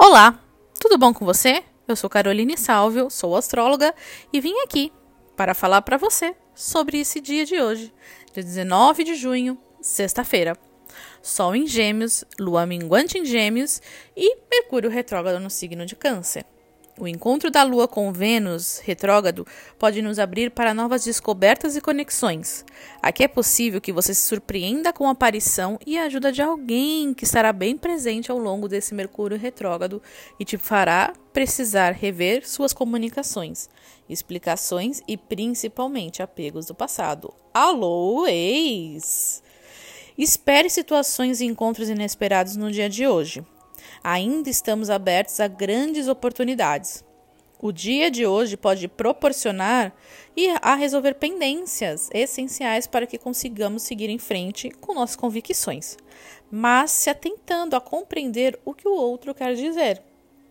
Olá, tudo bom com você? Eu sou Caroline Salvio, sou astróloga e vim aqui para falar para você sobre esse dia de hoje, dia 19 de junho, sexta-feira. Sol em Gêmeos, Lua minguante em Gêmeos e Mercúrio retrógrado no signo de Câncer. O encontro da Lua com Vênus retrógrado pode nos abrir para novas descobertas e conexões. Aqui é possível que você se surpreenda com a aparição e a ajuda de alguém que estará bem presente ao longo desse Mercúrio retrógrado e te fará precisar rever suas comunicações, explicações e principalmente apegos do passado. Alô, ex! Espere situações e encontros inesperados no dia de hoje. Ainda estamos abertos a grandes oportunidades. O dia de hoje pode proporcionar a resolver pendências essenciais para que consigamos seguir em frente com nossas convicções, mas se atentando a compreender o que o outro quer dizer.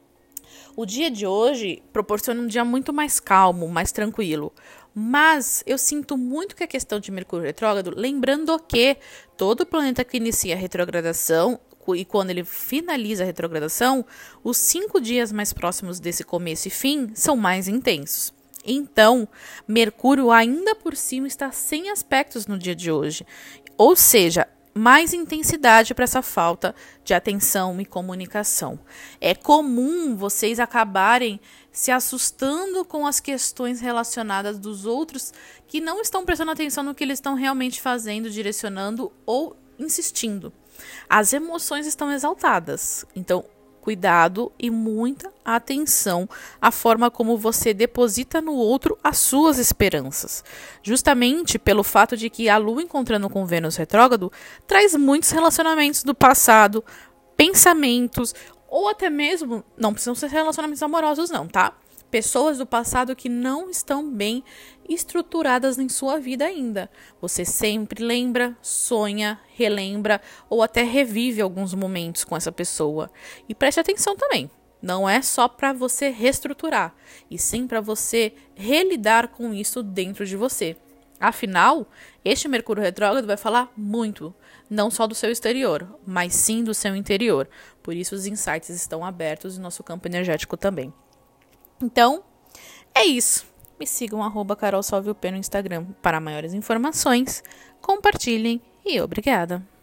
O dia de hoje proporciona um dia muito mais calmo, mais tranquilo, mas eu sinto muito que a questão de Mercúrio retrógrado, lembrando que todo planeta que inicia a retrogradação e quando ele finaliza a retrogradação, os 5 dias mais próximos desse começo e fim são mais intensos. Então, Mercúrio ainda por cima está sem aspectos no dia de hoje, ou seja, mais intensidade para essa falta de atenção e comunicação. É comum vocês acabarem se assustando com as questões relacionadas dos outros que não estão prestando atenção no que eles estão realmente fazendo, direcionando ou insistindo. As emoções estão exaltadas, então cuidado e muita atenção à forma como você deposita no outro as suas esperanças. Justamente pelo fato de que a Lua encontrando com Vênus retrógrado traz muitos relacionamentos do passado, pensamentos, ou até mesmo, não precisam ser relacionamentos amorosos não, tá? Pessoas do passado que não estão bem estruturadas em sua vida ainda. Você sempre lembra, sonha, relembra ou até revive alguns momentos com essa pessoa. E preste atenção também, não é só para você reestruturar, e sim para você relidar com isso dentro de você. Afinal, este Mercúrio retrógrado vai falar muito, não só do seu exterior, mas sim do seu interior. Por isso os insights estão abertos no nosso campo energético também. Então, é isso. Me sigam @CarolSalvioP no Instagram para maiores informações. Compartilhem e obrigada.